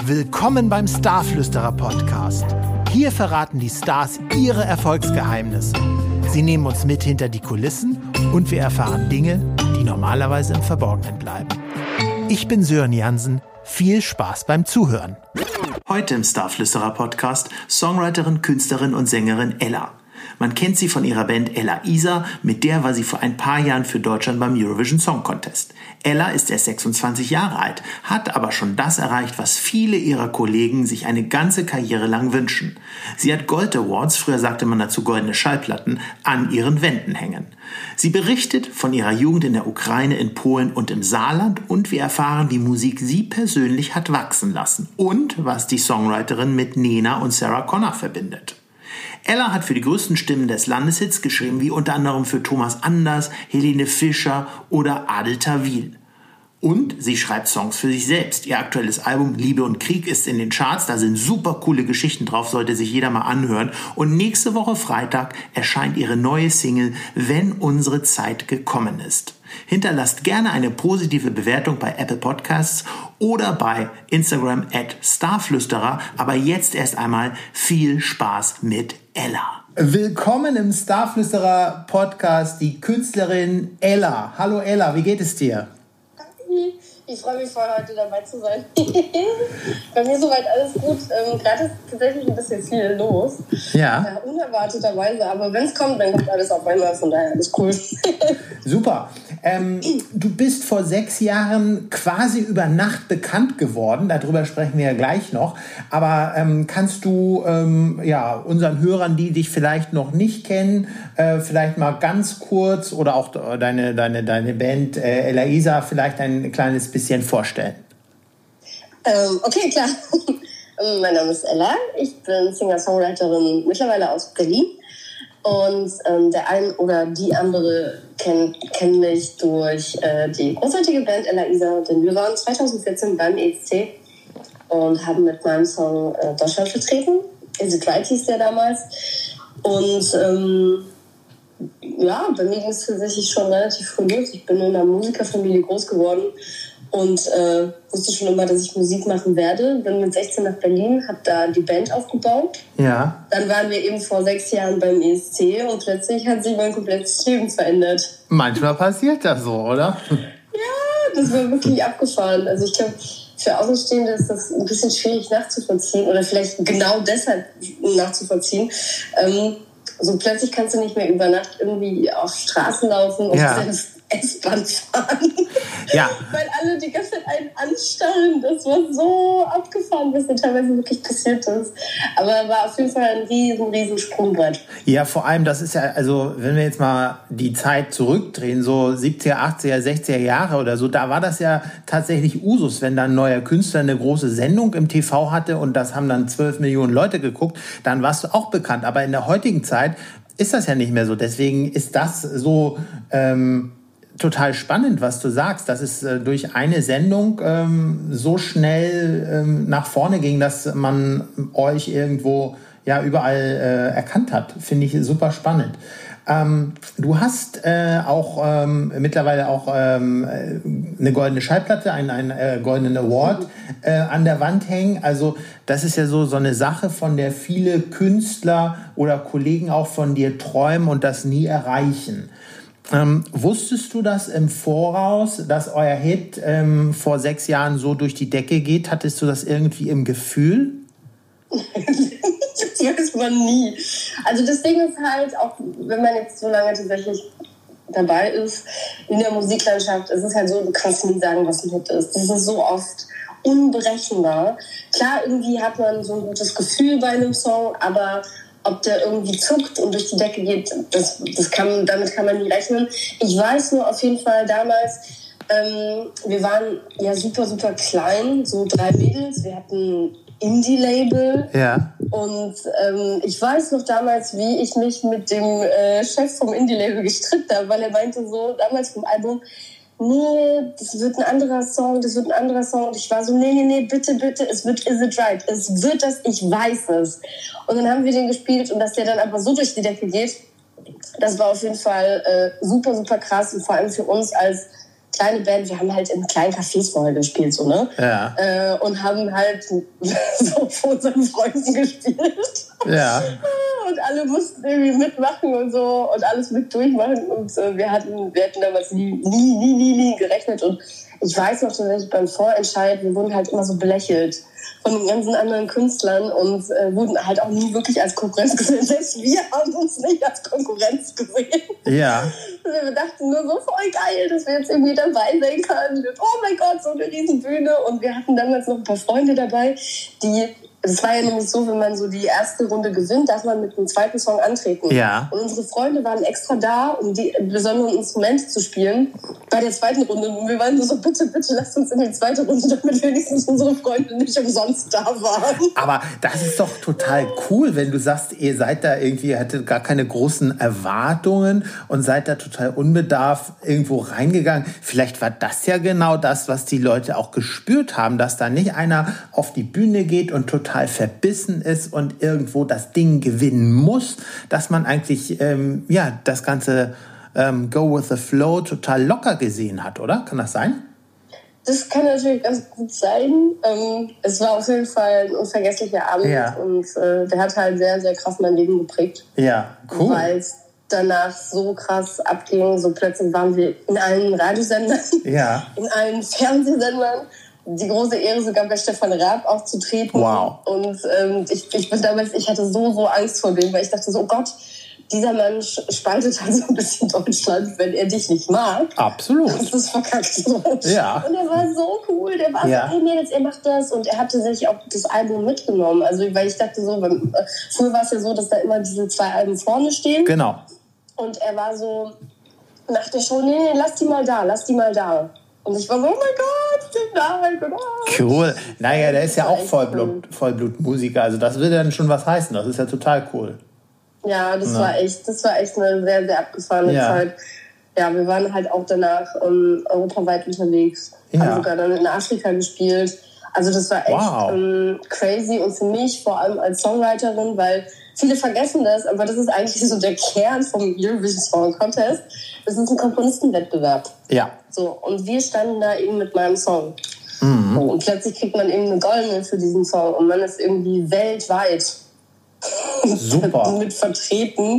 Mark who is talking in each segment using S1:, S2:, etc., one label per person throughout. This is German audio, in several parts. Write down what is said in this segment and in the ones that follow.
S1: Willkommen beim Starflüsterer Podcast. Hier verraten die Stars ihre Erfolgsgeheimnisse. Sie nehmen uns mit hinter die Kulissen und wir erfahren Dinge, die normalerweise im Verborgenen bleiben. Ich bin Sören Jansen. Viel Spaß beim Zuhören.
S2: Heute im Starflüsterer Podcast Songwriterin, Künstlerin und Sängerin Ella. Man kennt sie von ihrer Band Ella Isa, mit der war sie vor ein paar Jahren für Deutschland beim Eurovision Song Contest. Ella ist erst 26 Jahre alt, hat aber schon das erreicht, was viele ihrer Kollegen sich eine ganze Karriere lang wünschen. Sie hat Gold Awards, früher sagte man dazu goldene Schallplatten, an ihren Wänden hängen. Sie berichtet von ihrer Jugend in der Ukraine, in Polen und im Saarland und wir erfahren, wie Musik sie persönlich hat wachsen lassen und was die Songwriterin mit Nena und Sarah Connor verbindet. Ella hat für die größten Stimmen des Landeshits geschrieben, wie unter anderem für Thomas Anders, Helene Fischer oder Adel Tawil. Und sie schreibt Songs für sich selbst. Ihr aktuelles Album Liebe und Krieg ist in den Charts, da sind super coole Geschichten drauf, sollte sich jeder mal anhören. Und nächste Woche Freitag erscheint ihre neue Single Wenn unsere Zeit gekommen ist. Hinterlasst gerne eine positive Bewertung bei Apple Podcasts oder bei Instagram @Starflüsterer. Aber jetzt erst einmal viel Spaß mit Ella.
S1: Willkommen im Starflüsterer Podcast, die Künstlerin Ella. Hallo Ella, wie geht es dir?
S3: Ich freue mich voll, heute dabei zu sein. Bei mir soweit alles gut. Gerade ist tatsächlich ein bisschen viel los.
S1: Ja.
S3: Unerwarteterweise. Aber wenn es kommt, dann kommt alles auf einmal. Von daher alles cool.
S1: Super. Du bist vor 6 Jahren quasi über Nacht bekannt geworden. Darüber sprechen wir ja gleich noch. Aber kannst du unseren Hörern, die dich vielleicht noch nicht kennen, vielleicht mal ganz kurz oder auch deine Band Ella Isa vielleicht ein kleines bisschen vorstellen?
S3: Okay, klar. Mein Name ist Ella. Ich bin Singer-Songwriterin mittlerweile aus Berlin. Und der ein oder die andere kennen mich durch die großartige Band Ella Isa, denn wir waren 2014 beim ESC und haben mit meinem Song Deutschland vertreten. Is It Right hieß der damals. Und bei mir ging es tatsächlich schon relativ früh los. Ich bin in einer Musikerfamilie groß geworden und wusste schon immer, dass ich Musik machen werde. Bin mit 16 nach Berlin, habe da die Band aufgebaut.
S1: Ja.
S3: Dann waren wir eben vor 6 Jahren beim ESC und plötzlich hat sich mein komplettes Leben verändert.
S1: Manchmal passiert das so, oder?
S3: Ja, das war wirklich abgefahren. Also ich glaube, für Außenstehende ist das ein bisschen schwierig nachzuvollziehen oder vielleicht genau deshalb nachzuvollziehen. So plötzlich kannst du nicht mehr über Nacht irgendwie auf Straßen laufen und selbst S-Bahn fahren.
S1: Ja.
S3: Weil alle die ganze Zeit einen anstarren. Das war so abgefahren, was da teilweise wirklich passiert ist. Aber war auf jeden Fall ein riesen Sprungbrett.
S1: Ja, vor allem, das ist ja, also wenn wir jetzt mal die Zeit zurückdrehen, so 70er, 80er, 60er Jahre oder so, da war das ja tatsächlich Usus, wenn dann ein neuer Künstler eine große Sendung im TV hatte und das haben dann 12 Millionen Leute geguckt, dann warst du auch bekannt. Aber in der heutigen Zeit ist das ja nicht mehr so. Deswegen ist das so total spannend, was du sagst, dass es durch eine Sendung so schnell nach vorne ging, dass man euch irgendwo überall erkannt hat. Finde ich super spannend. Du hast auch mittlerweile auch eine goldene Schallplatte, einen goldenen Award an der Wand hängen. Also das ist ja so eine Sache, von der viele Künstler oder Kollegen auch von dir träumen und das nie erreichen. Wusstest du das im Voraus, dass euer Hit vor 6 Jahren so durch die Decke geht? Hattest du das irgendwie im Gefühl?
S3: Das weiß man nie. Also das Ding ist halt, auch wenn man jetzt so lange tatsächlich dabei ist in der Musiklandschaft, es ist halt so, du kannst nie sagen, was ein Hit ist. Das ist so oft unberechenbar. Klar, irgendwie hat man so ein gutes Gefühl bei einem Song, aber ob der irgendwie zuckt und durch die Decke geht, damit kann man nie rechnen. Ich weiß nur auf jeden Fall damals, wir waren ja super klein, so 3 Mädels. Wir hatten Indie-Label.
S1: Ja.
S3: Und ich weiß noch damals, wie ich mich mit dem Chef vom Indie-Label gestritten habe, weil er meinte so, damals vom Album, nee, das wird ein anderer Song. Und ich war so, nee, bitte, es wird Is It Right. Es wird das, ich weiß es. Und dann haben wir den gespielt und dass der dann aber so durch die Decke geht, das war auf jeden Fall super krass und vor allem für uns als kleine Band, wir haben halt in kleinen Cafés vorher gespielt, so, ne?
S1: Ja.
S3: Und haben halt so vor unseren Freunden gespielt.
S1: Ja.
S3: Und alle mussten irgendwie mitmachen und so und alles mit durchmachen. Und wir hatten damals nie gerechnet. Und ich weiß noch, dass beim Vorentscheid, wir wurden halt immer so belächelt von den ganzen anderen Künstlern und wurden halt auch nie wirklich als Konkurrenz gesehen. Selbst wir haben uns nicht als Konkurrenz gesehen.
S1: Ja.
S3: Wir dachten nur so voll geil, dass wir jetzt irgendwie dabei sein können. Oh mein Gott, so eine riesen Bühne. Und wir hatten damals noch ein paar Freunde dabei, es war ja nämlich so, wenn man so die erste Runde gewinnt, darf man mit dem zweiten Song antreten.
S1: Ja.
S3: Und unsere Freunde waren extra da, um die besonderen Instrumente zu spielen bei der zweiten Runde. Und wir waren nur so, bitte, lasst uns in die zweite Runde, damit wenigstens unsere Freunde nicht umsonst da waren.
S1: Aber das ist doch total cool, wenn du sagst, ihr seid da irgendwie, hattet gar keine großen Erwartungen und seid da total unbedarft irgendwo reingegangen. Vielleicht war das ja genau das, was die Leute auch gespürt haben, dass da nicht einer auf die Bühne geht und total verbissen ist und irgendwo das Ding gewinnen muss, dass man eigentlich das ganze Go with the Flow total locker gesehen hat, oder? Kann das sein?
S3: Das kann natürlich ganz gut sein. Es war auf jeden Fall ein unvergesslicher Abend und der hat halt sehr, sehr krass mein Leben geprägt.
S1: Ja, cool.
S3: Weil es danach so krass abging. So plötzlich waren wir in allen Radiosendern, in allen Fernsehsendern. Die große Ehre, sogar bei Stefan Raab aufzutreten.
S1: Wow.
S3: Und ich hatte so Angst vor dem, weil ich dachte so, oh Gott, dieser Mann spaltet halt so ein bisschen Deutschland, wenn er dich nicht mag.
S1: Absolut.
S3: Das ist verkackt so.
S1: Ja.
S3: Und er war so cool, der war so, hey Mädels, ihr macht das. Und er hatte sich auch das Album mitgenommen. Also, weil ich dachte so, früher war es ja so, dass da immer diese 2 Alben vorne stehen.
S1: Genau.
S3: Und er war so, nach der Show, nee, lass die mal da. Und ich war so, oh mein Gott, nein,
S1: cool. Naja, der ist ja auch Vollblutmusiker. Also das würde dann schon was heißen. Das ist ja total cool.
S3: Ja, das war echt eine sehr, sehr abgefahrene Zeit. Ja, wir waren halt auch danach europaweit unterwegs. Haben sogar dann in Afrika gespielt. Also das war echt crazy. Und für mich, vor allem als Songwriterin, weil viele vergessen das, aber das ist eigentlich so der Kern vom Eurovision Song Contest. Das ist ein Komponistenwettbewerb.
S1: Ja.
S3: So, und wir standen da eben mit meinem Song. Mhm. So, und plötzlich kriegt man eben eine Goldene für diesen Song und man ist irgendwie weltweit
S1: super
S3: mit vertreten.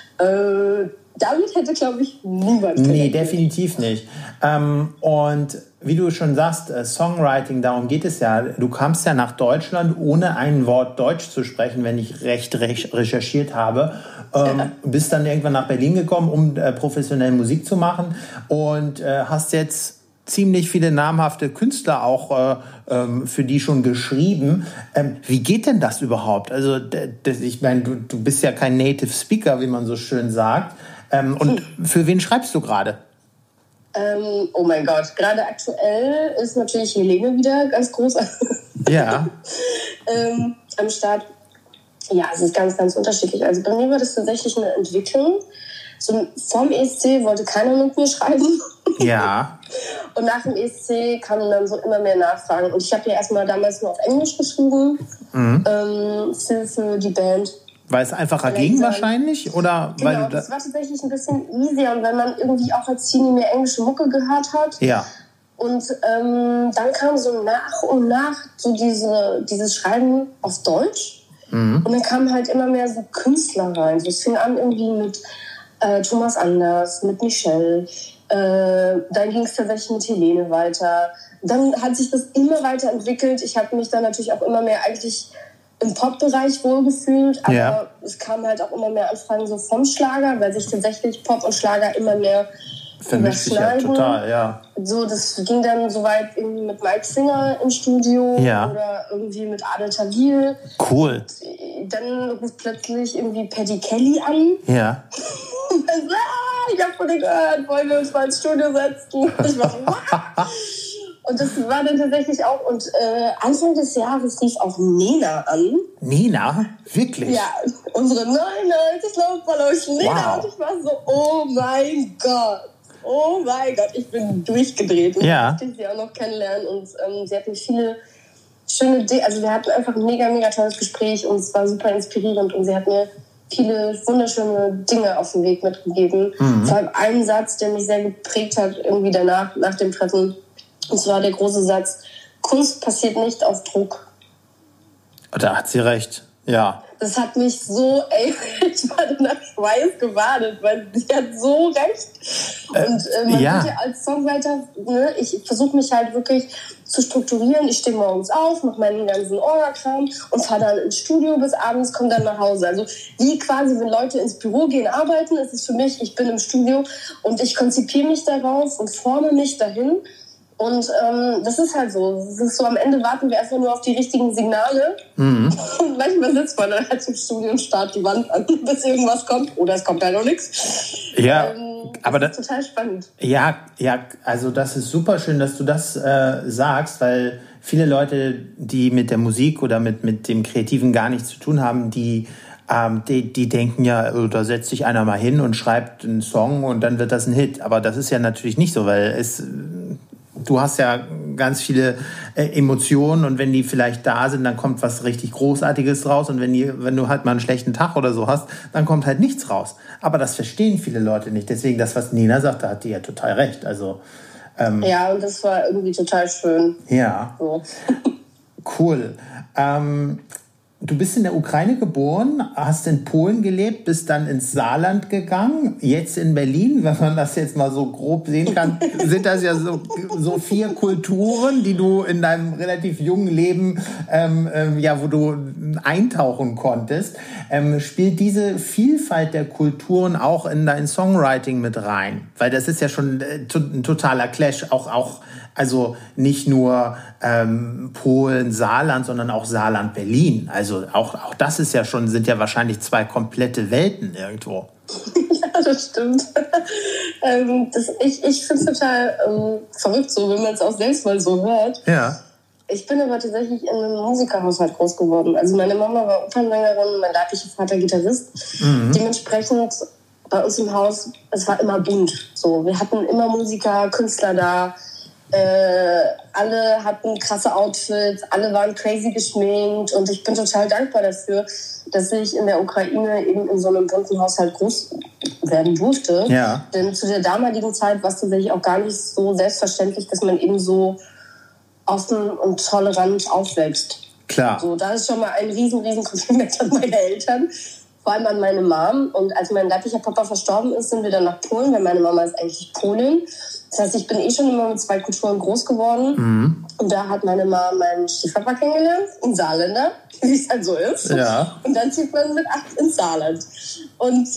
S3: Damit hätte, glaube ich, niemand gerechnet.
S1: Nee, definitiv nicht. Und wie du schon sagst, Songwriting, darum geht es ja. Du kamst ja nach Deutschland, ohne ein Wort Deutsch zu sprechen, wenn ich recht recherchiert habe. Bist dann irgendwann nach Berlin gekommen, um professionell Musik zu machen und hast jetzt ziemlich viele namhafte Künstler auch für die schon geschrieben. Wie geht denn das überhaupt? Also ich meine, du bist ja kein Native Speaker, wie man so schön sagt. Und für wen schreibst du gerade?
S3: Oh mein Gott, gerade aktuell ist natürlich Helene wieder ganz groß
S1: ja.
S3: Am Start. Ja, es ist ganz, ganz unterschiedlich. Also bei mir war das tatsächlich eine Entwicklung. So, vorm ESC wollte keiner mit mir schreiben.
S1: Ja.
S3: Und nach dem ESC kamen dann so immer mehr Nachfragen. Und ich habe ja erstmal damals nur auf Englisch geschrieben für die Band.
S1: Weil es einfacher ging wahrscheinlich? Oder
S3: genau,
S1: weil
S3: das war tatsächlich ein bisschen easier. Und wenn man irgendwie auch als Teenie mehr englische Mucke gehört hat.
S1: Ja.
S3: Und dann kam so nach und nach so dieses Schreiben auf Deutsch. Und dann kamen halt immer mehr so Künstler rein. So, es fing an irgendwie mit Thomas Anders, mit Michelle. Dann ging es tatsächlich mit Helene weiter. Dann hat sich das immer weiterentwickelt. Ich habe mich dann natürlich auch immer mehr eigentlich im Pop-Bereich wohlgefühlt. Aber es kamen halt auch immer mehr Anfragen so vom Schlager, weil sich tatsächlich Pop und Schlager immer mehr
S1: vermischt sich ja total, ja.
S3: So, das ging dann so weit irgendwie mit Mike Singer im Studio oder irgendwie mit Adel Tawil.
S1: Cool.
S3: Und dann ruft plötzlich irgendwie Paddy Kelly an.
S1: Ja.
S3: Und dann so, ich hab von dir gehört, wollen wir uns mal ins Studio setzen? Ich war so, und das war dann tatsächlich auch, und Anfang des Jahres rief auch Nena an.
S1: Nena? Wirklich?
S3: Ja, unsere 99 Love Followers Nena. Und ich war so, oh mein Gott, ich bin durchgedreht.
S1: Ja.
S3: Ich durfte sie auch noch kennenlernen und sie hat mir viele schöne also wir hatten einfach ein mega, mega tolles Gespräch und es war super inspirierend und sie hat mir viele wunderschöne Dinge auf den Weg mitgegeben. Vor allem einen Satz, der mich sehr geprägt hat, irgendwie danach, nach dem Treffen. Und zwar der große Satz: Kunst passiert nicht auf Druck.
S1: Da hat sie recht, ja.
S3: Das hat mich so, ich war nach Schweiß gebadet, weil sie hat so recht. Und man wird ja als Songwriter, ne, ich versuche mich halt wirklich zu strukturieren. Ich stehe morgens auf, mache meinen ganzen Orga-Kram und fahre dann ins Studio bis abends, komme dann nach Hause. Also wie quasi, wenn Leute ins Büro gehen, arbeiten, ist es für mich, ich bin im Studio und ich konzipiere mich darauf und forme mich dahin. Und das ist halt so. Es ist so, am Ende warten wir einfach nur auf die richtigen Signale. Und manchmal sitzt man dann halt im Studio und starrt die Wand an, bis irgendwas kommt. Oder es kommt halt noch nichts.
S1: Ja, aber
S3: das ist total spannend.
S1: Ja, also das ist super schön, dass du das sagst, weil viele Leute, die mit der Musik oder mit dem Kreativen gar nichts zu tun haben, die denken ja, da setzt sich einer mal hin und schreibt einen Song und dann wird das ein Hit. Aber das ist ja natürlich nicht so, weil du hast ja ganz viele Emotionen und wenn die vielleicht da sind, dann kommt was richtig Großartiges raus und wenn du halt mal einen schlechten Tag oder so hast, dann kommt halt nichts raus. Aber das verstehen viele Leute nicht. Deswegen das, was Nina sagt, da hat die ja total recht. Also
S3: ja, und das war irgendwie total schön.
S1: Ja,
S3: so.
S1: Cool. Du bist in der Ukraine geboren, hast in Polen gelebt, bist dann ins Saarland gegangen, jetzt in Berlin, wenn man das jetzt mal so grob sehen kann, sind das ja so 4 Kulturen, die du in deinem relativ jungen Leben, wo du eintauchen konntest. Spielt diese Vielfalt der Kulturen auch in dein Songwriting mit rein? Weil das ist ja schon ein totaler Clash, auch also nicht nur Polen, Saarland, sondern auch Saarland, Berlin. Also auch das ist ja schon, sind ja wahrscheinlich 2 komplette Welten irgendwo.
S3: Ja, das stimmt. Ich finde es total verrückt, so, wenn man es auch selbst mal so hört.
S1: Ja.
S3: Ich bin aber tatsächlich in einem Musikerhaushalt groß geworden. Also meine Mama war Opernsängerin, mein leiblicher Vater Gitarrist. Dementsprechend bei uns im Haus, es war immer bunt. So, wir hatten immer Musiker, Künstler da. Alle hatten krasse Outfits, alle waren crazy geschminkt und ich bin total dankbar dafür, dass ich in der Ukraine eben in so einem bunten Haushalt groß werden durfte.
S1: Ja.
S3: Denn zu der damaligen Zeit war es tatsächlich auch gar nicht so selbstverständlich, dass man eben so offen und tolerant aufwächst.
S1: Klar.
S3: So, da ist schon mal ein riesen Kompliment an meine Eltern, vor allem an meine Mom. Und als mein leiblicher Papa verstorben ist, sind wir dann nach Polen, weil meine Mama ist eigentlich Polin. Das heißt, ich bin schon immer mit 2 Kulturen groß geworden. Und da hat meine Mama meinen Stiefpapa kennengelernt, einen Saarländer, wie es halt so ist.
S1: Ja.
S3: Und dann zieht man mit 8 ins Saarland. Und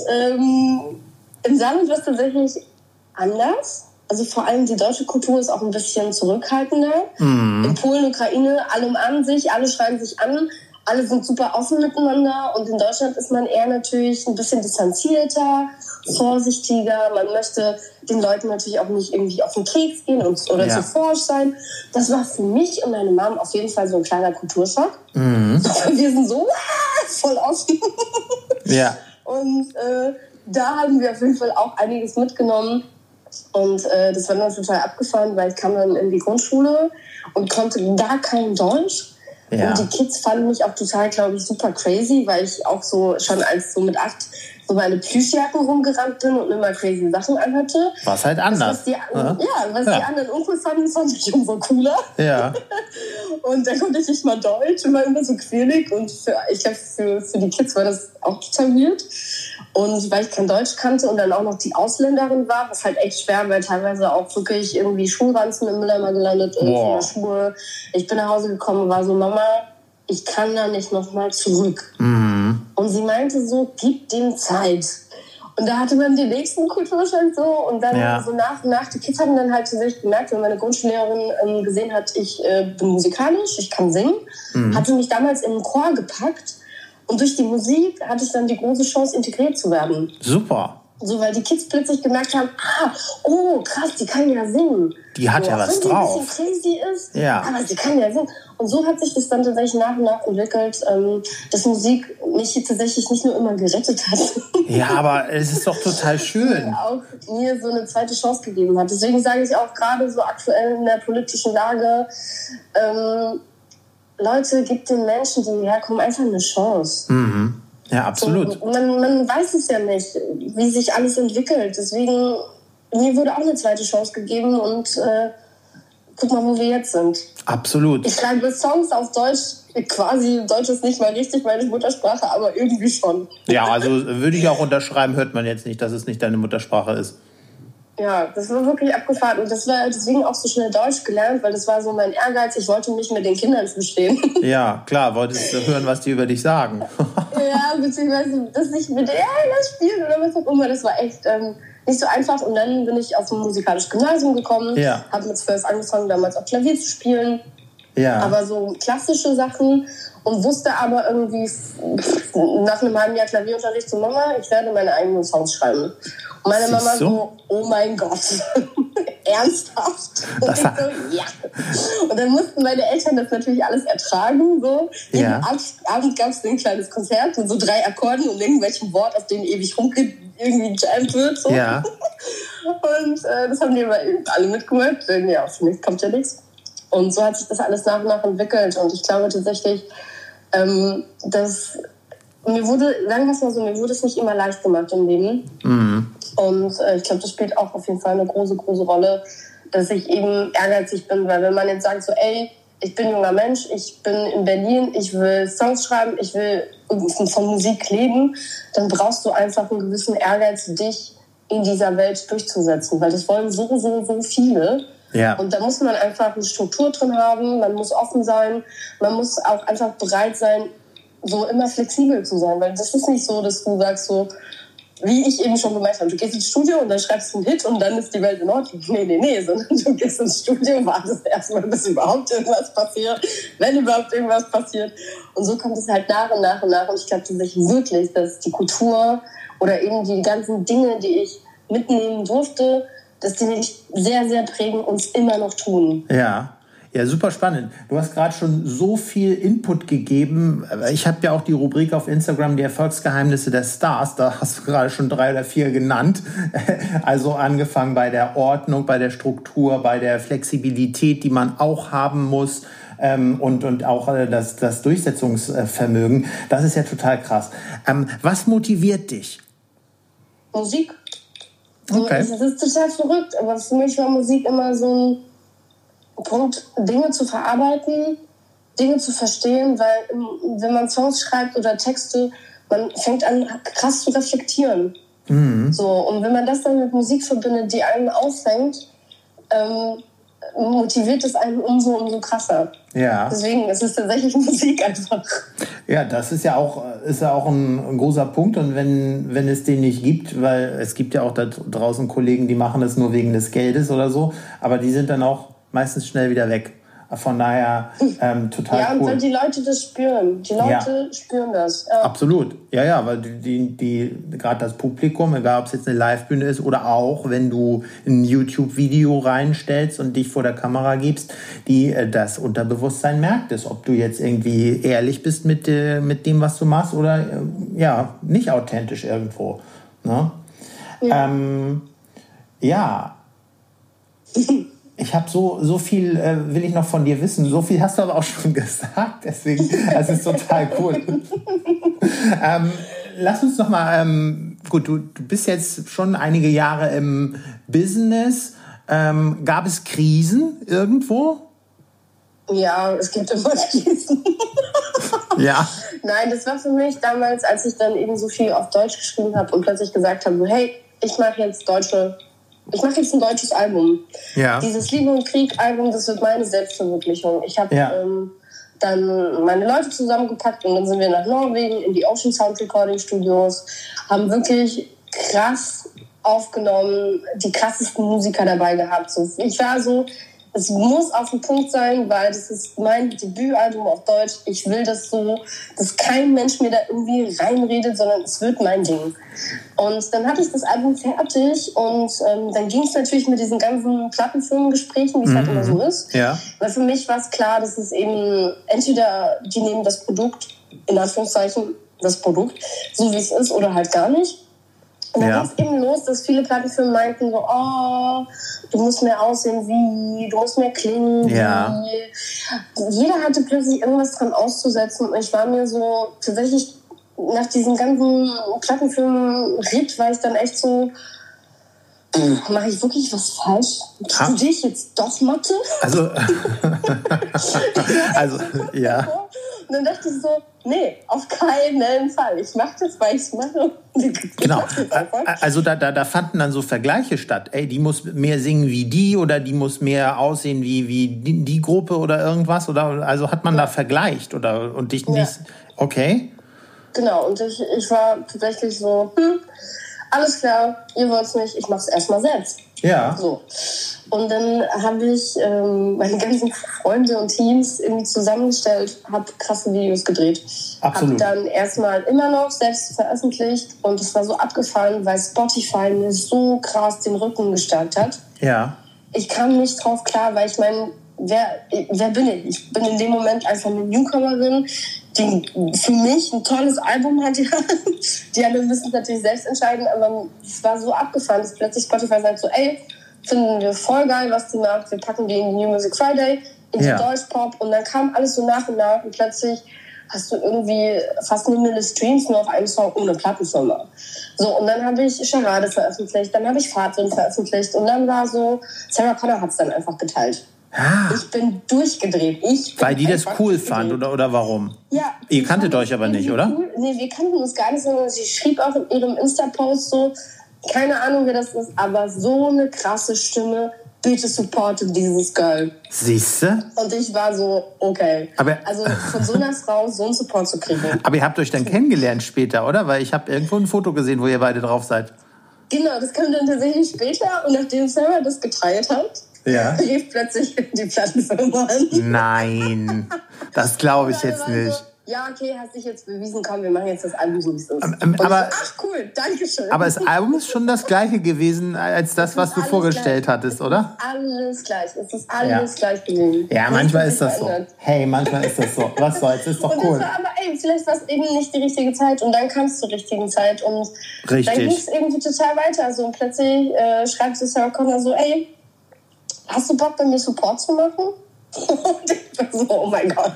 S3: im Saarland war es tatsächlich anders. Also vor allem die deutsche Kultur ist auch ein bisschen zurückhaltender. In Polen, Ukraine, alle umarmen sich, alle schreien sich an. Alle sind super offen miteinander und in Deutschland ist man eher natürlich ein bisschen distanzierter, vorsichtiger. Man möchte den Leuten natürlich auch nicht irgendwie auf den Keks gehen oder zu forsch sein. Das war für mich und meine Mom auf jeden Fall so ein kleiner Kulturschock. Wir sind so voll offen.
S1: Ja.
S3: Und da haben wir auf jeden Fall auch einiges mitgenommen. Und das war dann total abgefahren, weil ich kam dann in die Grundschule und konnte gar kein Deutsch. Ja. Und die Kids fanden mich auch total, glaube ich, super crazy, weil ich auch so schon als so mit 8 so meine Plüschjacken rumgerannt bin und immer crazy Sachen anhatte.
S1: Was halt anders.
S3: Was die anderen uncool fanden, fand ich umso cooler.
S1: Ja.
S3: Und dann konnte ich nicht mal Deutsch und war immer so quirlig. Und ich glaube, für die Kids war das auch total weird. Und weil ich kein Deutsch kannte und dann auch noch die Ausländerin war, was halt echt schwer, weil teilweise auch wirklich irgendwie Schulranzen im Mülleimer gelandet ist, in der Schuhe. Ich bin nach Hause gekommen und war so, Mama, ich kann da nicht nochmal zurück. Und sie meinte so, gib dem Zeit. Und da hatte man den nächsten Kulturschock so und dann so nach und nach. Die Kids haben dann halt tatsächlich gemerkt, wenn meine Grundschullehrerin gesehen hat, ich bin musikalisch, ich kann singen, hatte mich damals in den Chor gepackt. Und durch die Musik hatte ich dann die große Chance, integriert zu werden.
S1: Super.
S3: So, weil die Kids plötzlich gemerkt haben, krass, die kann ja singen.
S1: Die hat ja was drauf.
S3: Auch wenn die ein bisschen crazy ist, aber sie kann ja singen. Und so hat sich das dann tatsächlich nach und nach entwickelt, dass Musik mich tatsächlich nicht nur immer gerettet hat.
S1: Ja, aber es ist doch total schön.
S3: Auch mir so eine zweite Chance gegeben hat. Deswegen sage ich auch gerade so aktuell in der politischen Lage, Leute, gebt den Menschen, die hierher kommen, einfach eine Chance.
S1: Ja, absolut.
S3: So, man weiß es ja nicht, wie sich alles entwickelt. Deswegen, mir wurde auch eine zweite Chance gegeben und guck mal, wo wir jetzt sind.
S1: Absolut.
S3: Ich schreibe Songs auf Deutsch, quasi Deutsch ist nicht mal richtig meine Muttersprache, aber irgendwie schon.
S1: Ja, also würde ich auch unterschreiben, hört man jetzt nicht, dass es nicht deine Muttersprache ist.
S3: Ja, das war wirklich abgefahren und das war deswegen auch so schnell Deutsch gelernt, weil das war so mein Ehrgeiz, ich wollte mich mit den Kindern verstehen.
S1: Ja, klar, wolltest du hören, was die über dich sagen.
S3: Ja, beziehungsweise, dass ich mit das spielen oder was auch immer, das war echt nicht so einfach und dann bin ich auf ein musikalisches Gymnasium gekommen, habe mit 12 angefangen, damals auch Klavier zu spielen, aber so klassische Sachen und wusste aber irgendwie nach einem halben Jahr Klavierunterricht so, Mama, ich werde meine eigenen Songs schreiben. Und meine Mama so, oh mein Gott, ernsthaft? Und ich so, ja. Und dann mussten meine Eltern das natürlich alles ertragen. So. Jeden Abend gab es ein kleines Konzert mit so 3 Akkorden und irgendwelchen Wort, auf denen ewig irgendwie gejammt wird. So.
S1: Ja.
S3: Und das haben die aber alle mitgehört, denn ja, für mich kommt ja nichts. Und so hat sich das alles nach und nach entwickelt. Und ich glaube tatsächlich, dass mir wurde, sagen wir es mal so, mir wurde es nicht immer leicht gemacht im Leben. Mhm. Und ich glaube, das spielt auch auf jeden Fall eine große, große Rolle, dass ich eben ehrgeizig bin. Weil wenn man jetzt sagt so, ey, ich bin junger Mensch, ich bin in Berlin, ich will Songs schreiben, ich will von Musik leben, dann brauchst du einfach einen gewissen Ehrgeiz, dich in dieser Welt durchzusetzen. Weil das wollen so, so, so viele. Ja. Und da muss man einfach eine Struktur drin haben, man muss offen sein, man muss auch einfach bereit sein, so immer flexibel zu sein. Weil das ist nicht so, dass du sagst so, wie ich eben schon gemeint habe, du gehst ins Studio und dann schreibst du einen Hit und dann ist die Welt in Ordnung. Nee, sondern du gehst ins Studio und wartest erstmal, bis überhaupt irgendwas passiert, wenn überhaupt irgendwas passiert. Und so kommt es halt nach und nach und nach. Und ich glaube tatsächlich wirklich, dass die Kultur oder eben die ganzen Dinge, die ich mitnehmen durfte, dass die mich sehr, sehr prägen und es immer noch tun.
S1: Ja, super spannend. Du hast gerade schon so viel Input gegeben. Ich habe ja auch die Rubrik auf Instagram, die Erfolgsgeheimnisse der Stars. Da hast du gerade schon 3 oder 4 genannt. Also angefangen bei der Ordnung, bei der Struktur, bei der Flexibilität, die man auch haben muss. Und auch das Durchsetzungsvermögen. Das ist ja total krass. Was motiviert dich?
S3: Musik. Okay. Das ist total verrückt, aber für mich war Musik immer so ein Punkt, Dinge zu verarbeiten, Dinge zu verstehen, weil wenn man Songs schreibt oder Texte, man fängt an, krass zu reflektieren. Mhm. So, und wenn man das dann mit Musik verbindet, die einen auffängt, motiviert es einen umso krasser. Ja. Deswegen ist es tatsächlich Musik einfach.
S1: Ja, das ist ja auch ein großer Punkt. Und wenn es den nicht gibt, weil es gibt ja auch da draußen Kollegen, die machen das nur wegen des Geldes oder so, aber die sind dann auch meistens schnell wieder weg. Von daher total cool.
S3: Ja, und weil die Leute das spüren. Die Leute spüren das. Ja.
S1: Absolut. Ja, weil die gerade das Publikum, egal ob es jetzt eine Live-Bühne ist oder auch, wenn du ein YouTube-Video reinstellst und dich vor der Kamera gibst, die das Unterbewusstsein merkt es, ob du jetzt irgendwie ehrlich bist mit dem, was du machst oder nicht authentisch irgendwo. Ne? Ja. Ich habe so viel, will ich noch von dir wissen. So viel hast du aber auch schon gesagt. Deswegen, das ist total cool. Lass uns noch mal, gut, du bist jetzt schon einige Jahre im Business. Gab es Krisen irgendwo?
S3: Ja, es gibt immer Krisen.
S1: Ja.
S3: Nein, das war für mich damals, als ich dann eben so viel auf Deutsch geschrieben habe und plötzlich gesagt habe, hey, ich mache jetzt ein deutsches Album. Ja. Dieses Liebe und Krieg-Album, das wird meine Selbstverwirklichung. Ich habe dann meine Leute zusammengepackt und dann sind wir nach Norwegen in die Ocean Sound Recording Studios, haben wirklich krass aufgenommen, die krassesten Musiker dabei gehabt. So, ich war so, es muss auf den Punkt sein, weil das ist mein Debütalbum auf Deutsch. Ich will das so, dass kein Mensch mir da irgendwie reinredet, sondern es wird mein Ding. Und dann hatte ich das Album fertig und dann ging es natürlich mit diesen ganzen Plattenfirmengesprächen, wie es halt immer so ist. Ja. Weil für mich war es klar, dass es eben entweder die nehmen das Produkt, in Anführungszeichen das Produkt, so wie es ist oder halt gar nicht. Und dann ging es eben los, dass viele Plattenfirmen meinten so, oh, du musst mehr aussehen wie, du musst mehr klingen wie. Jeder hatte plötzlich irgendwas dran auszusetzen und ich war mir so tatsächlich nach diesem ganzen Plattenfilm-Ritt war ich dann echt so, mache ich wirklich was falsch? Studiere ich jetzt doch Mathe?
S1: Also ja.
S3: Und dann dachte ich so, nee, auf keinen Fall. Ich mache das, weil ich es mache.
S1: Genau. Also da fanden dann so Vergleiche statt. Ey, die muss mehr singen wie die oder die muss mehr aussehen wie die Gruppe oder irgendwas. Oder also hat man da vergleicht und dich nicht. Okay.
S3: Genau, und ich war tatsächlich so, alles klar, ihr wollt's nicht, ich mach's erstmal selbst.
S1: Ja.
S3: So. Und dann habe ich meine ganzen Freunde und Teams irgendwie zusammengestellt, habe krasse Videos gedreht.
S1: Absolut.
S3: Habe dann erstmal immer noch selbst veröffentlicht und es war so abgefallen, weil Spotify mir so krass den Rücken gestärkt hat.
S1: Ja.
S3: Ich kam nicht drauf klar, weil ich meine, wer bin ich? Ich bin in dem Moment einfach eine Newcomerin, die für mich ein tolles Album hat. Die anderen müssen es natürlich selbst entscheiden, aber es war so abgefahren, dass plötzlich Spotify sagt so, ey, finden wir voll geil, was die macht, wir packen die in die New Music Friday, in die Deutschpop und dann kam alles so nach und plötzlich hast du irgendwie fast 1 Million Streams nur auf einem Song ohne Plattenfirma. So, und dann habe ich Charade veröffentlicht, dann habe ich Fahrtwind veröffentlicht und dann war so, Sarah Connor hat es dann einfach geteilt.
S1: Ah.
S3: Ich bin durchgedreht.
S1: Weil die das cool fand oder warum?
S3: Ja.
S1: Ihr kanntet euch aber nicht, oder?
S3: Cool. Nee, wir kannten uns gar nicht, sondern sie schrieb auch in ihrem Insta-Post so, keine Ahnung, wer das ist, aber so eine krasse Stimme, bitte supporte dieses Girl.
S1: Siehste?
S3: Und ich war so, okay. Also von so einer Frau so einen Support zu kriegen.
S1: Aber ihr habt euch dann kennengelernt später, oder? Weil ich habe irgendwo ein Foto gesehen, wo ihr beide drauf seid.
S3: Genau, das kam dann tatsächlich später und nachdem Sarah das geteilt hat, rief plötzlich die Plattenfirma an.
S1: Nein, das glaube ich jetzt nicht.
S3: So, ja, okay, hast dich jetzt bewiesen, komm, wir machen jetzt das Album so, wie es ist.
S1: Aber,
S3: ach cool, danke schön.
S1: Aber das Album ist schon das gleiche gewesen als das, was du vorgestellt hattest, oder?
S3: Alles gleich, es ist alles gleich gewesen.
S1: Ja, manchmal ist das so. Hey, manchmal ist das so. Was soll's, ist doch cool.
S3: Und das war aber, vielleicht war es eben nicht die richtige Zeit und dann kam es zur richtigen Zeit und dann ging es irgendwie total weiter. Also und plötzlich schreibt Sarah Connor so, ey, hast du Bock, bei mir Support zu machen? Und ich war so, oh mein Gott.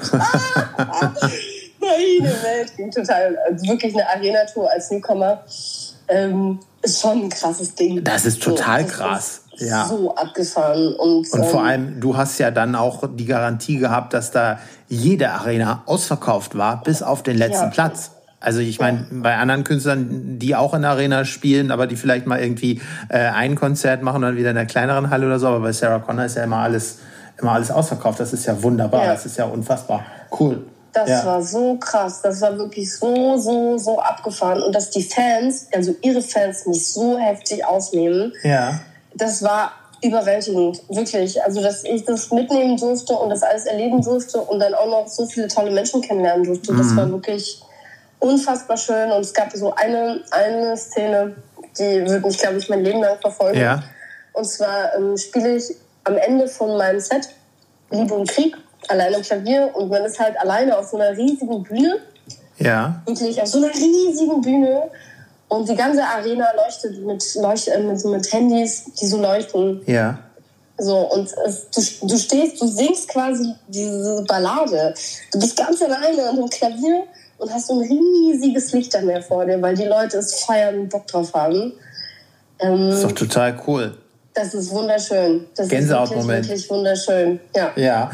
S3: Meine Welt ging total, wirklich eine Arena-Tour als Newcomer. Ist schon ein krasses Ding.
S1: Das ist total krass. Ja.
S3: So abgefahren. Und
S1: vor allem, du hast ja dann auch die Garantie gehabt, dass da jede Arena ausverkauft war, bis auf den letzten Platz. Also ich meine, bei anderen Künstlern, die auch in der Arena spielen, aber die vielleicht mal irgendwie ein Konzert machen und dann wieder in einer kleineren Halle oder so, aber bei Sarah Connor ist ja immer alles ausverkauft. Das ist ja wunderbar, das ist ja unfassbar. Cool.
S3: Das war so krass, das war wirklich so abgefahren. Und dass die Fans, also ihre Fans, mich so heftig aufnehmen, das war überwältigend, wirklich. Also dass ich das mitnehmen durfte und das alles erleben durfte und dann auch noch so viele tolle Menschen kennenlernen durfte. Das war wirklich unfassbar schön. Und es gab so eine Szene, die wird mich, glaube ich, mein Leben lang verfolgen. Ja. Und zwar spiele ich am Ende von meinem Set Liebe und Krieg alleine am Klavier und man ist halt alleine auf so einer riesigen Bühne. Ja. Wirklich auf so einer riesigen Bühne und die ganze Arena leuchtet mit Handys, die so leuchten. Ja. So, und du singst quasi diese Ballade. Du bist ganz alleine an dem Klavier und hast so ein riesiges Licht dann mehr vor dir, weil die Leute es feiern und Bock drauf haben.
S1: Das ist doch total cool.
S3: Das ist wunderschön. Das
S1: Gänsehautmoment.
S3: ist wirklich wunderschön. Ja.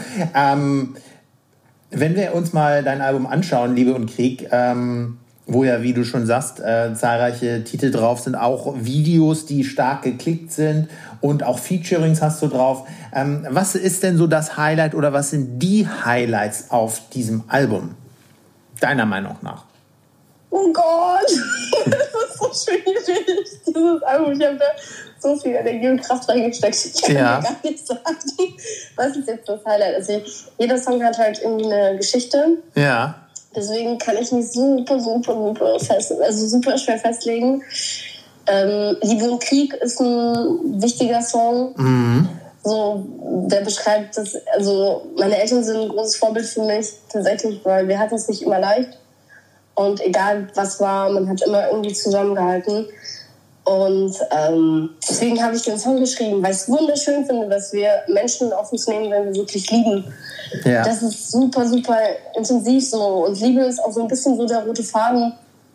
S1: Wenn wir uns mal dein Album anschauen, Liebe und Krieg, wo ja, wie du schon sagst, zahlreiche Titel drauf sind, auch Videos, die stark geklickt sind und auch Featurings hast du drauf. Was ist denn so das Highlight oder was sind die Highlights auf diesem Album? Deiner Meinung nach?
S3: Oh Gott, das ist so schwierig, dieses Album. Ich habe da so viel Energie und Kraft reingesteckt. Ich kann mir gar nicht sagen, was ist jetzt das Highlight. Also jeder Song hat halt irgendwie eine Geschichte. Ja. Deswegen kann ich mich super schwer festlegen. Liebe und Krieg ist ein wichtiger Song. Mhm. So, der beschreibt das, also meine Eltern sind ein großes Vorbild für mich, tatsächlich, weil wir hatten es nicht immer leicht. Und egal was war, man hat immer irgendwie zusammengehalten. Und deswegen habe ich den Song geschrieben, weil ich es wunderschön finde, dass wir Menschen auf uns nehmen, wenn wir wirklich lieben. Ja. Das ist super intensiv so. Und Liebe ist auch so ein bisschen so der rote Faden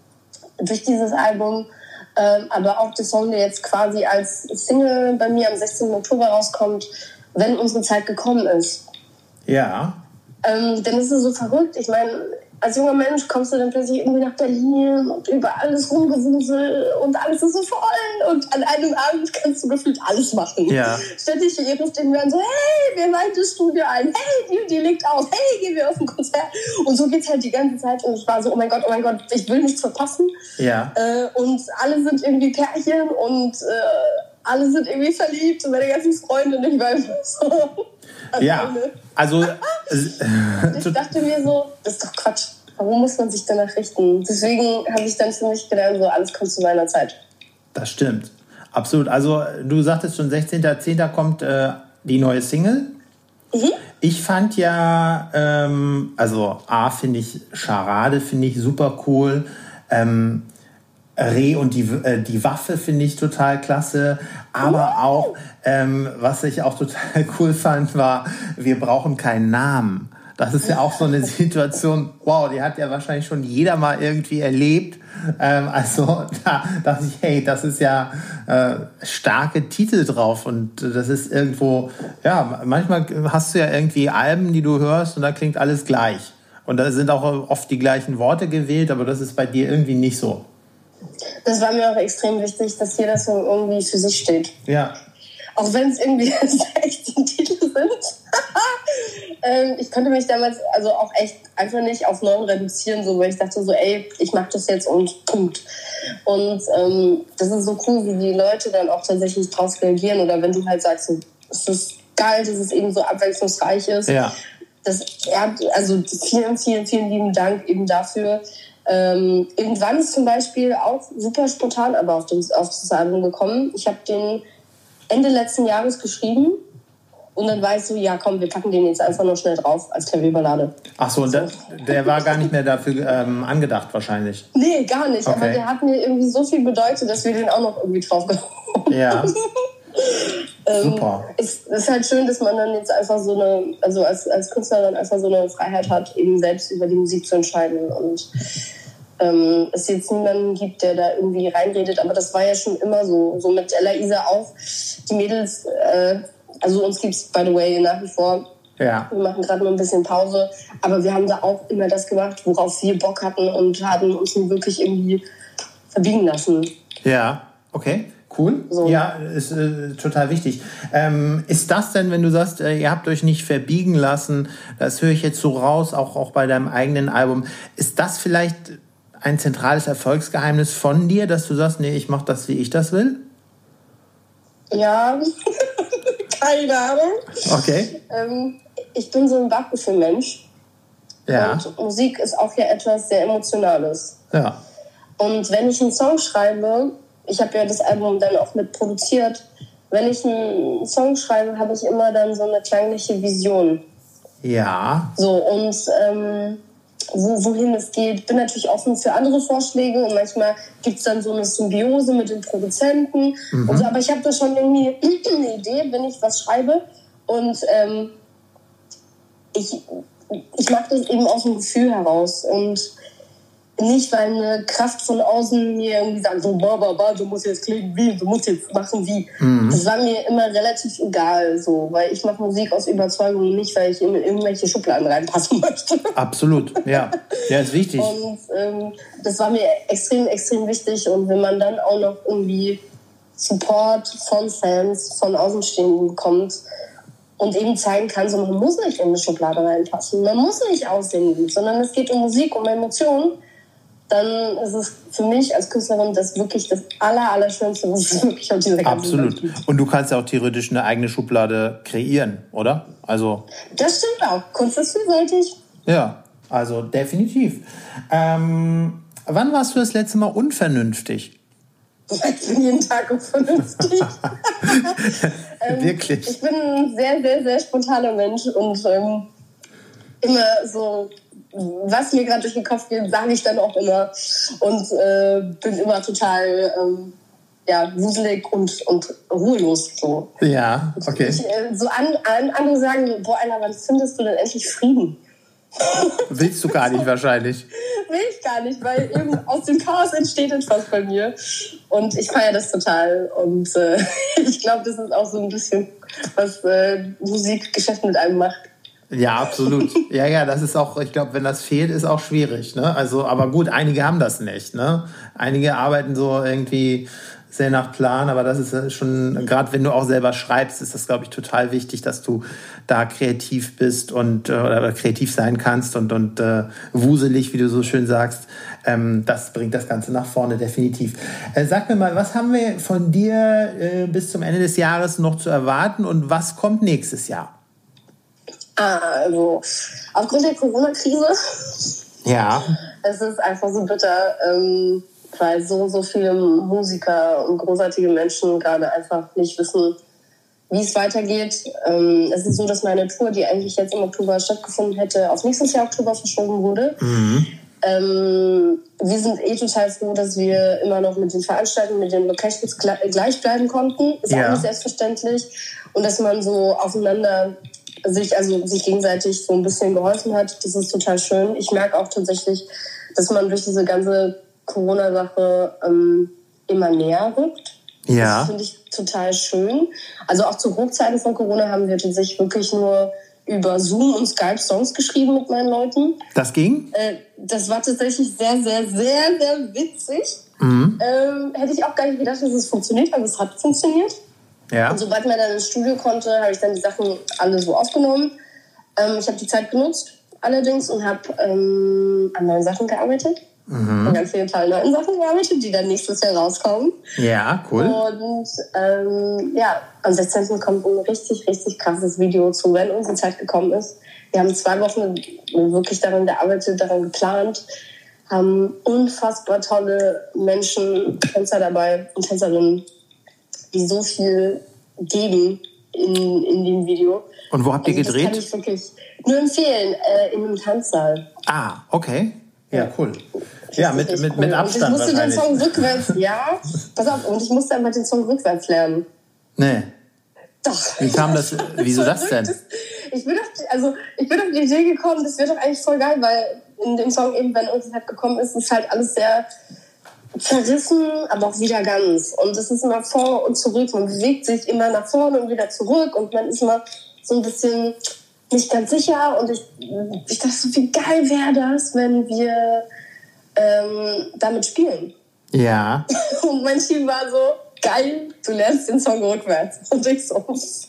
S3: durch dieses Album. Aber auch der Song, der jetzt quasi als Single bei mir am 16. Oktober rauskommt, wenn unsere Zeit gekommen ist.
S1: Ja.
S3: Dann ist es so verrückt. Ich meine, als junger Mensch kommst du dann plötzlich irgendwie nach Berlin und überall ist Rumgewusel und alles ist so voll und an einem Abend kannst du gefühlt alles machen.
S1: Ja.
S3: Ständig ihr ruft irgendwie an so, hey, wer weiht das Studio ein? Hey, die legt auf. Hey, gehen wir auf ein Konzert. Und so geht's halt die ganze Zeit und ich war so, oh mein Gott, ich will nichts verpassen.
S1: Ja.
S3: Und alle sind irgendwie Pärchen und alle sind irgendwie verliebt und meine ganzen Freunde und ich war einfach so...
S1: Ja, also...
S3: ich dachte mir so, das ist doch Quatsch. Warum muss man sich danach richten? Deswegen habe ich dann für mich gedacht, so alles kommt zu meiner Zeit.
S1: Das stimmt. Absolut. Also du sagtest schon, 16.10. kommt die neue Single. Mhm. Ich fand ja, also A finde ich Scharade, finde ich super cool. Reh und die Waffe finde ich total klasse. Aber auch, was ich auch total cool fand, war, wir brauchen keinen Namen. Das ist ja auch so eine Situation, wow, die hat ja wahrscheinlich schon jeder mal irgendwie erlebt. Also da dachte ich, hey, das ist ja starke Titel drauf und das ist irgendwo, ja, manchmal hast du ja irgendwie Alben, die du hörst und da klingt alles gleich. Und da sind auch oft die gleichen Worte gewählt, aber das ist bei dir irgendwie nicht so.
S3: Das war mir auch extrem wichtig, dass jeder Song irgendwie für sich steht.
S1: Ja.
S3: Auch wenn es irgendwie 16 Titel sind. Ich konnte mich damals also auch echt einfach nicht auf 9 reduzieren, so, weil ich dachte so, ey, ich mach das jetzt und Punkt. Und das ist so cool, wie die Leute dann auch tatsächlich drauf reagieren. Oder wenn du halt sagst, so, es ist geil, dass es eben so abwechslungsreich ist.
S1: Ja.
S3: Also vielen, vielen, vielen lieben Dank eben dafür. Irgendwann ist zum Beispiel auch super spontan aber auf das Album gekommen. Ich habe den Ende letzten Jahres geschrieben und dann war ich so, ja komm, wir packen den jetzt einfach noch schnell drauf als Klavierballade.
S1: Ach so, so. Der war gar nicht mehr dafür angedacht wahrscheinlich?
S3: Nee, gar nicht,
S1: okay.
S3: Aber der hat mir irgendwie so viel bedeutet, dass wir den auch noch irgendwie drauf gehauen haben.
S1: Ja. Super.
S3: Es ist halt schön, dass man dann jetzt einfach so eine, also als Künstler dann einfach so eine Freiheit hat, eben selbst über die Musik zu entscheiden und es jetzt niemanden gibt, der da irgendwie reinredet, aber das war ja schon immer so mit Ella Isa auch. Die Mädels, also uns gibt's by the way nach wie vor.
S1: Ja.
S3: Wir machen gerade nur ein bisschen Pause, aber wir haben da auch immer das gemacht, worauf wir Bock hatten und haben uns nie wirklich irgendwie verbiegen lassen.
S1: Ja, okay. Cool. So. Ja, ist total wichtig. Ist das denn, wenn du sagst, ihr habt euch nicht verbiegen lassen, das höre ich jetzt so raus, auch bei deinem eigenen Album, ist das vielleicht ein zentrales Erfolgsgeheimnis von dir, dass du sagst, nee, ich mache das, wie ich das will?
S3: Ja, keine Ahnung.
S1: Okay.
S3: Ich bin so ein Bauchgefühl-Mensch.
S1: Ja.
S3: Und Musik ist auch ja etwas sehr Emotionales.
S1: Ja.
S3: Und wenn ich einen Song schreibe, ich habe ja das Album dann auch mit produziert, wenn ich einen Song schreibe, habe ich immer dann so eine klangliche Vision.
S1: Ja.
S3: So, und wohin es geht. Bin natürlich offen für andere Vorschläge und manchmal gibt es dann so eine Symbiose mit den Produzenten. Mhm. Und so, aber ich habe da schon irgendwie eine Idee, wenn ich was schreibe. Und ich mag das eben aus dem Gefühl heraus. Und nicht, weil eine Kraft von außen mir irgendwie sagt, so, du musst jetzt klingen wie, du musst jetzt machen wie. Mhm. Das war mir immer relativ egal, so, weil ich mache Musik aus Überzeugung, nicht, weil ich in irgendwelche Schubladen reinpassen möchte.
S1: Absolut, ja. Ja, ist wichtig.
S3: Und das war mir extrem, extrem wichtig. Und wenn man dann auch noch irgendwie Support von Fans, von Außenstehenden bekommt und eben zeigen kann, so, man muss nicht in eine Schublade reinpassen, man muss nicht aussehen wie, sondern es geht um Musik, um Emotionen, dann ist es für mich als Künstlerin das wirklich das Allerschönste, was es wirklich auf dieser ganzen Welt gibt.
S1: Absolut. Und du kannst ja auch theoretisch eine eigene Schublade kreieren, oder? Also
S3: das stimmt auch. Kunst ist vielseitig.
S1: Ja, also definitiv. Wann warst du das letzte Mal unvernünftig?
S3: Ich bin jeden Tag unvernünftig.
S1: Wirklich?
S3: Ich bin ein sehr, sehr, sehr spontaner Mensch und immer so, was mir gerade durch den Kopf geht, sage ich dann auch immer und bin immer total wuselig und ruhelos. So.
S1: Ja, okay.
S3: Andere sagen, boah, Alter, wann findest du denn endlich Frieden?
S1: Willst du gar nicht wahrscheinlich.
S3: Will ich gar nicht, weil eben aus dem Chaos entsteht etwas bei mir. Und ich feiere das total. Und ich glaube, das ist auch so ein bisschen, was Musikgeschäft mit einem macht.
S1: Ja, absolut. Ja, das ist auch, ich glaube, wenn das fehlt, ist auch schwierig. Ne? Also, aber gut, einige haben das nicht. Ne? Einige arbeiten so irgendwie sehr nach Plan, aber das ist schon, gerade wenn du auch selber schreibst, ist das, glaube ich, total wichtig, dass du da kreativ bist und oder kreativ sein kannst und wuselig, wie du so schön sagst. Das bringt das Ganze nach vorne, definitiv. Sag mir mal, was haben wir von dir bis zum Ende des Jahres noch zu erwarten und was kommt nächstes Jahr?
S3: Also, aufgrund der Corona-Krise.
S1: Ja.
S3: Es ist einfach so bitter, weil so viele Musiker und großartige Menschen gerade einfach nicht wissen, wie es weitergeht. Es ist so, dass meine Tour, die eigentlich jetzt im Oktober stattgefunden hätte, auf nächstes Jahr Oktober verschoben wurde.
S1: Mhm.
S3: Wir sind total froh, dass wir immer noch mit den Veranstaltungen, mit den Locations gleich bleiben konnten. Ist auch nicht selbstverständlich. Und dass man so aufeinander sich gegenseitig so ein bisschen geholfen hat, das ist total schön. Ich merke auch tatsächlich, dass man durch diese ganze Corona-Sache immer näher rückt.
S1: Ja.
S3: Das finde ich total schön. Also auch zu Hochzeiten von Corona haben wir tatsächlich wirklich nur über Zoom und Skype Songs geschrieben mit meinen Leuten.
S1: Das ging?
S3: Das war tatsächlich sehr, sehr, sehr, sehr witzig.
S1: Mhm.
S3: Hätte ich auch gar nicht gedacht, dass es funktioniert, aber es hat funktioniert.
S1: Ja.
S3: Und sobald man dann ins Studio konnte, habe ich dann die Sachen alle so aufgenommen. Ich habe die Zeit genutzt, allerdings, und habe an neuen Sachen gearbeitet.
S1: Mhm.
S3: Und ganz viele tolle neuen Sachen gearbeitet, die dann nächstes Jahr rauskommen.
S1: Ja, cool.
S3: Und am 16. kommt ein richtig, richtig krasses Video zu, wenn unsere Zeit gekommen ist. Wir haben 2 Wochen wirklich daran gearbeitet, daran geplant, haben unfassbar tolle Menschen, Tänzer dabei und Tänzerinnen, die so viel geben in dem Video.
S1: Und wo habt ihr gedreht?
S3: Das kann ich wirklich nur empfehlen, in einem Tanzsaal.
S1: Ah, okay. Ja, cool. Ja, mit Abstand
S3: und ich musste den
S1: wahrscheinlich.
S3: Song rückwärts, pass auf, und ich musste einfach den Song rückwärts lernen.
S1: Nee.
S3: Doch.
S1: Wie kam das, wieso das denn?
S3: Ich bin auf die Idee gekommen, das wäre doch eigentlich voll geil, weil in dem Song eben, wenn unsere Zeit gekommen ist, ist halt alles sehr zerrissen, aber auch wieder ganz. Und es ist immer vor und zurück. Man bewegt sich immer nach vorne und wieder zurück und man ist immer so ein bisschen nicht ganz sicher. Und ich dachte so, wie geil wäre das, wenn wir damit spielen.
S1: Ja.
S3: Und mein Team war so, geil, du lernst den Song rückwärts. Und ich so,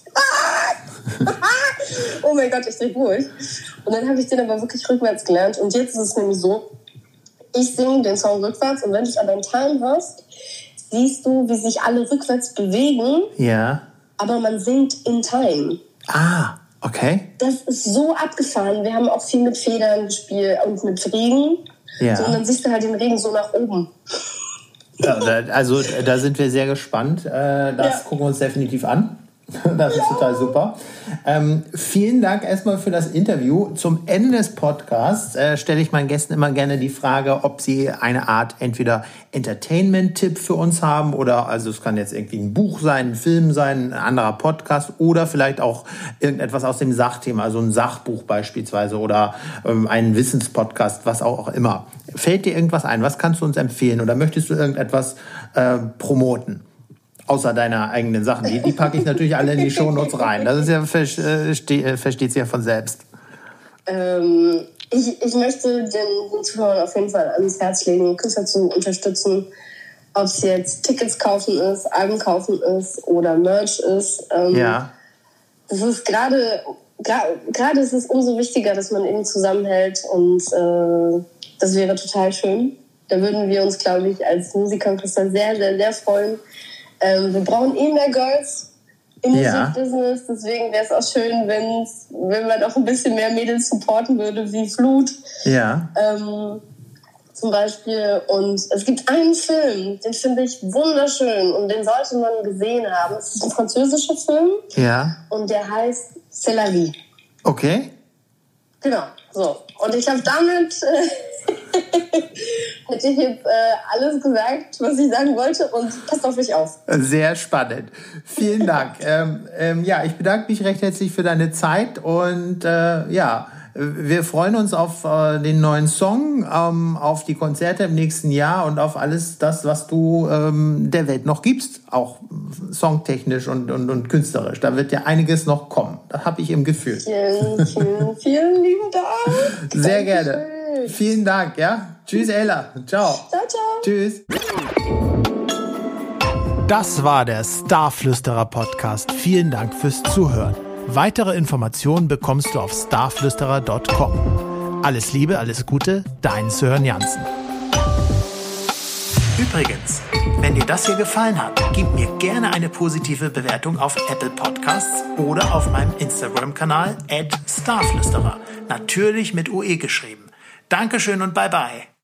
S3: oh mein Gott, ich dreh durch. Und dann habe ich den aber wirklich rückwärts gelernt. Und jetzt ist es nämlich so, ich singe den Song rückwärts und wenn du es aber in Time hörst, siehst du, wie sich alle rückwärts bewegen.
S1: Ja.
S3: Aber man singt in Time.
S1: Ah, okay.
S3: Das ist so abgefahren. Wir haben auch viel mit Federn gespielt und mit Regen.
S1: Ja.
S3: So, und dann siehst du halt den Regen so nach oben.
S1: Ja, also da sind wir sehr gespannt. Das gucken wir uns definitiv an. Das ist total super. Vielen Dank erstmal für das Interview. Zum Ende des Podcasts stelle ich meinen Gästen immer gerne die Frage, ob sie eine Art entweder Entertainment-Tipp für uns haben oder, also es kann jetzt irgendwie ein Buch sein, ein Film sein, ein anderer Podcast oder vielleicht auch irgendetwas aus dem Sachthema, also ein Sachbuch beispielsweise oder einen Wissenspodcast, was auch immer. Fällt dir irgendwas ein? Was kannst du uns empfehlen oder möchtest du irgendetwas promoten? Außer deiner eigenen Sachen. Die packe ich natürlich alle in die Shownotes rein. Das ist ja, versteht sie ja von selbst.
S3: Ich möchte den Zuhörern auf jeden Fall ans Herz legen, Künstler zu unterstützen. Ob es jetzt Tickets kaufen ist, Alben kaufen ist oder Merch ist. Das ist gerade ist es umso wichtiger, dass man eben zusammenhält und das wäre total schön. Da würden wir uns, glaube ich, als Musiker und Künstler sehr, sehr, sehr freuen. Wir brauchen mehr Girls im Musikbusiness, deswegen wäre es auch schön, wenn man auch ein bisschen mehr Mädels supporten würde, wie Flut.
S1: Ja.
S3: Zum Beispiel. Und es gibt einen Film, den finde ich wunderschön und den sollte man gesehen haben. Es ist ein französischer Film.
S1: Ja.
S3: Und der heißt C'est la vie.
S1: Okay.
S3: Genau, so. Und ich glaube, damit hätte ich jetzt alles gesagt, was ich sagen wollte und passt auf mich auf.
S1: Sehr spannend. Vielen Dank. Ich bedanke mich recht herzlich für deine Zeit und Wir freuen uns auf den neuen Song, auf die Konzerte im nächsten Jahr und auf alles das, was du der Welt noch gibst, auch songtechnisch und künstlerisch. Da wird ja einiges noch kommen. Das habe ich im Gefühl.
S3: Vielen lieben Dank.
S1: Sehr gerne. Vielen Dank, ja. Tschüss, Ella. Ciao.
S3: Ciao, ciao.
S1: Tschüss. Das war der Starflüsterer Podcast. Vielen Dank fürs Zuhören. Weitere Informationen bekommst du auf starflüsterer.com. Alles Liebe, alles Gute, dein Sören Jansen.
S2: Übrigens, wenn dir das hier gefallen hat, gib mir gerne eine positive Bewertung auf Apple Podcasts oder auf meinem Instagram-Kanal @starflüsterer. Natürlich mit UE geschrieben. Dankeschön und bye bye.